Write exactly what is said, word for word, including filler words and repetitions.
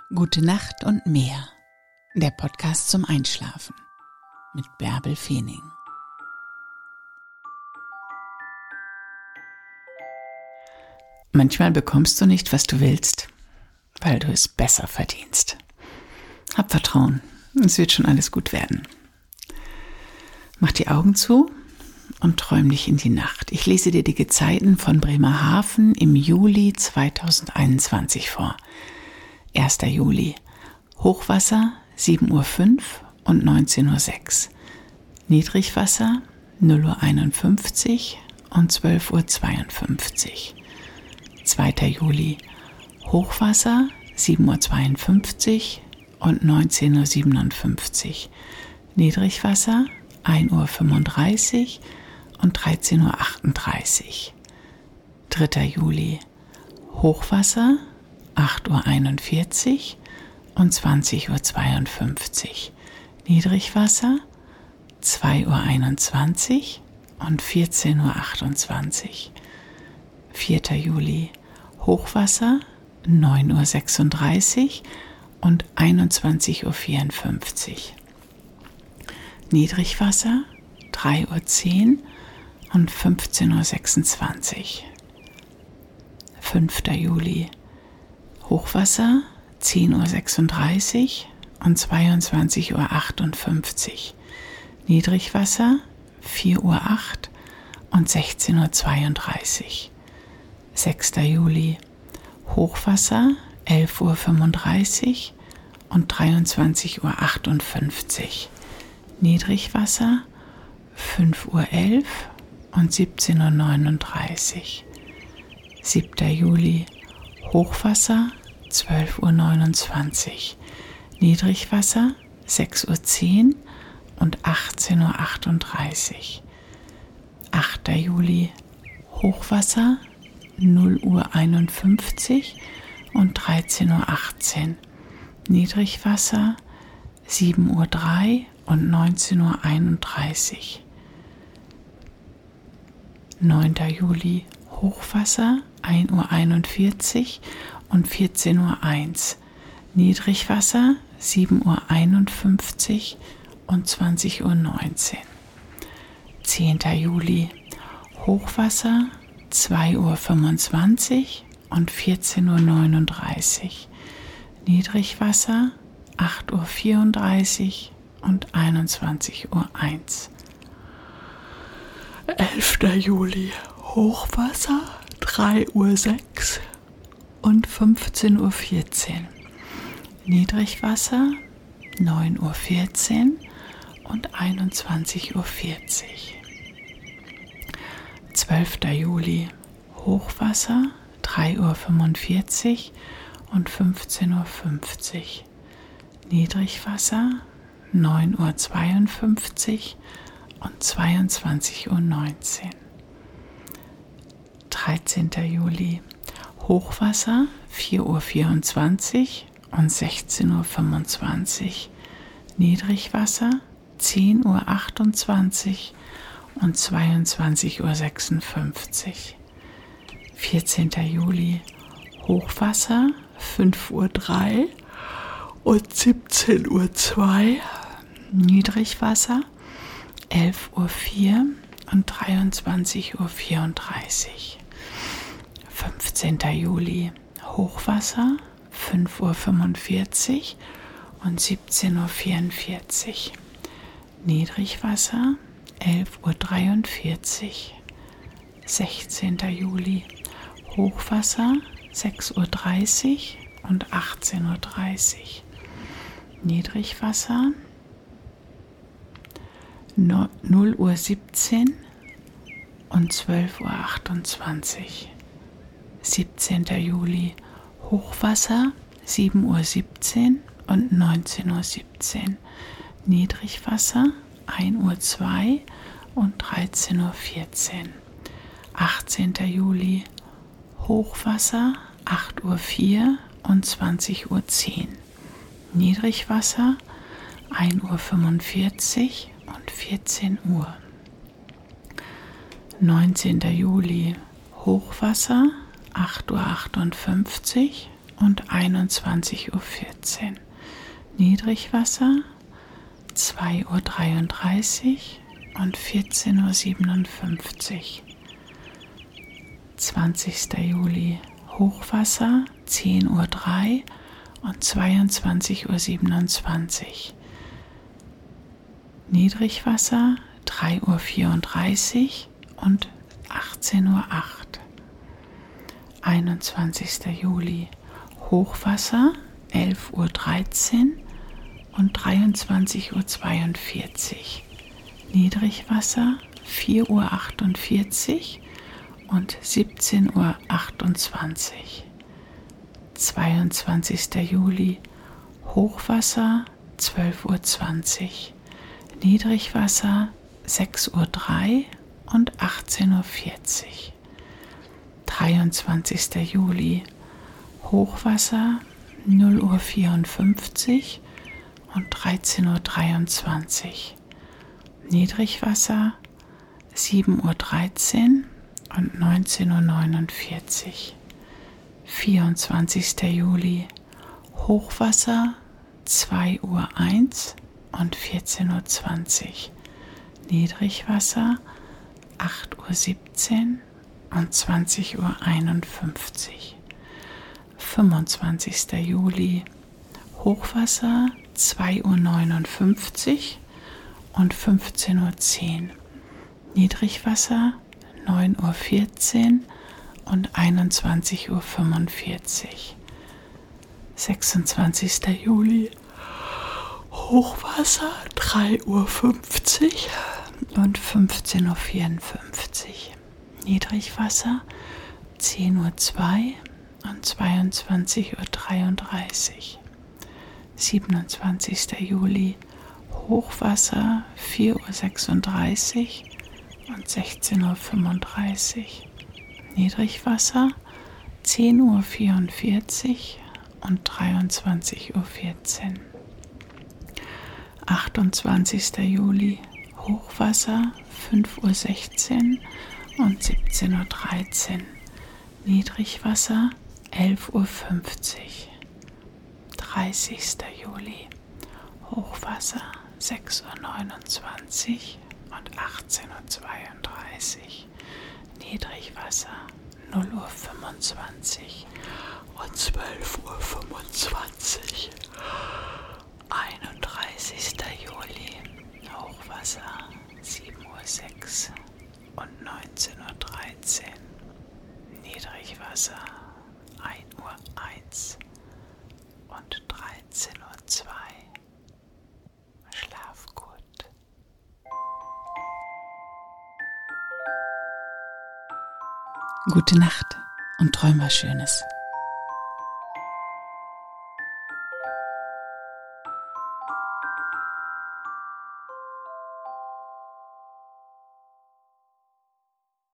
Gute Nacht und mehr. Der Podcast zum Einschlafen mit Bärbel Feening. Manchmal bekommst du nicht, was du willst, weil du es besser verdienst. Hab Vertrauen, es wird schon alles gut werden. Mach die Augen zu und träum dich in die Nacht. Ich lese dir die Gezeiten von Bremerhaven im Juli zweitausendeinundzwanzig vor. erster Juli. Hochwasser sieben Uhr fünf und neunzehn Uhr sechs. Niedrigwasser null Uhr einundfünfzig und zwölf Uhr zweiundfünfzig. zweiter Juli. Hochwasser sieben Uhr zweiundfünfzig und neunzehn Uhr siebenundfünfzig. Niedrigwasser ein Uhr fünfunddreißig und dreizehn Uhr achtunddreißig. dritter Juli. Hochwasser acht Uhr einundvierzig und zwanzig Uhr zweiundfünfzig. Niedrigwasser zwei Uhr einundzwanzig und vierzehn Uhr achtundzwanzig. vierter Juli. Hochwasser neun Uhr sechsunddreißig und einundzwanzig Uhr vierundfünfzig. Niedrigwasser drei Uhr zehn und fünfzehn Uhr sechsundzwanzig. fünfter Juli. Hochwasser zehn Uhr sechsunddreißig und zweiundzwanzig Uhr achtundfünfzig. Niedrigwasser vier Uhr acht und sechzehn Uhr zweiunddreißig. sechster Juli. Hochwasser elf Uhr fünfunddreißig und dreiundzwanzig Uhr achtundfünfzig. Niedrigwasser fünf Uhr elf und siebzehn Uhr neununddreißig. siebter Juli. Hochwasser zwölf Uhr neunundzwanzig. Niedrigwasser sechs Uhr zehn und achtzehn Uhr achtunddreißig. achter Juli. Hochwasser null Uhr einundfünfzig und dreizehn Uhr achtzehn. Niedrigwasser sieben Uhr drei und neunzehn Uhr einunddreißig. neunter Juli. Hochwasser ein Uhr einundvierzig und vierzehn Uhr eins. Niedrigwasser sieben Uhr einundfünfzig und zwanzig Uhr neunzehn. zehnter Juli. Hochwasser zwei Uhr fünfundzwanzig und vierzehn Uhr neununddreißig. Niedrigwasser acht Uhr vierunddreißig und einundzwanzig Uhr eins. elfter Juli. Hochwasser drei Uhr sechs und fünfzehn Uhr vierzehn. Niedrigwasser neun Uhr vierzehn und einundzwanzig Uhr vierzig. zwölfter Juli. Hochwasser drei Uhr fünfundvierzig und fünfzehn Uhr fünfzig. Niedrigwasser neun Uhr zweiundfünfzig und zweiundzwanzig Uhr neunzehn. dreizehnter Juli. Hochwasser vier Uhr vierundzwanzig und sechzehn Uhr fünfundzwanzig. Niedrigwasser zehn Uhr achtundzwanzig und zweiundzwanzig Uhr sechsundfünfzig. vierzehnter Juli. Hochwasser fünf Uhr drei und siebzehn Uhr zwei. Niedrigwasser elf Uhr vier und dreiundzwanzig Uhr vierunddreißig. fünfzehnter Juli. Hochwasser fünf Uhr fünfundvierzig und siebzehn Uhr vierundvierzig. Niedrigwasser elf Uhr dreiundvierzig. sechzehnter Juli. Hochwasser sechs Uhr dreißig und achtzehn Uhr dreißig. Niedrigwasser null Uhr siebzehn und zwölf Uhr achtundzwanzig. siebzehnter Juli. Hochwasser sieben Uhr siebzehn und neunzehn Uhr siebzehn. Niedrigwasser ein Uhr zwei und dreizehn Uhr vierzehn. achtzehnter Juli. Hochwasser acht Uhr vier und zwanzig Uhr zehn. Niedrigwasser ein Uhr fünfundvierzig und vierzehn Uhr. neunzehnter Juli. Hochwasser acht Uhr achtundfünfzig und einundzwanzig Uhr vierzehn. Niedrigwasser zwei Uhr dreiunddreißig und vierzehn Uhr siebenundfünfzig. zwanzigster Juli Hochwasser zehn Uhr drei und zweiundzwanzig Uhr siebenundzwanzig. Niedrigwasser drei Uhr vierunddreißig und achtzehn Uhr acht. einundzwanzigster Juli Hochwasser elf Uhr dreizehn und dreiundzwanzig Uhr zweiundvierzig. Niedrigwasser vier Uhr achtundvierzig und siebzehn Uhr achtundzwanzig. zweiundzwanzigster Juli Hochwasser zwölf Uhr zwanzig. Niedrigwasser sechs Uhr drei und achtzehn Uhr vierzig. dreiundzwanzigster Juli Hochwasser null Uhr vierundfünfzig und dreizehn Uhr dreiundzwanzig. Niedrigwasser sieben Uhr dreizehn und neunzehn Uhr neunundvierzig. vierundzwanzigster Juli Hochwasser zwei Uhr eins und vierzehn Uhr zwanzig. Niedrigwasser acht Uhr siebzehn und zwanzig Uhr einundfünfzig. fünfundzwanzigster Juli Hochwasser zwei Uhr neunundfünfzig und fünfzehn Uhr zehn. Niedrigwasser neun Uhr vierzehn und einundzwanzig Uhr fünfundvierzig. sechsundzwanzigster Juli Hochwasser drei Uhr fünfzig und fünfzehn Uhr vierundfünfzig. Niedrigwasser zehn Uhr zwei und zweiundzwanzig Uhr dreiunddreißig. siebenundzwanzigster Juli Hochwasser vier Uhr sechsunddreißig und sechzehn Uhr fünfunddreißig. Niedrigwasser zehn Uhr vierundvierzig und dreiundzwanzig Uhr vierzehn. achtundzwanzigster Juli Hochwasser fünf Uhr sechzehn und siebzehn Uhr dreizehn. Niedrigwasser elf Uhr fünfzig. dreißigster Juli Hochwasser sechs Uhr neunundzwanzig und achtzehn Uhr zweiunddreißig. Niedrigwasser null Uhr fünfundzwanzig und zwölf Uhr fünfundzwanzig. einunddreißigster Juli Hochwasser sieben Uhr sechs und neunzehn Uhr dreizehn. Niedrigwasser ein Uhr eins und dreizehn Uhr zwei. Schlaf gut. Gute Nacht und träum was Schönes.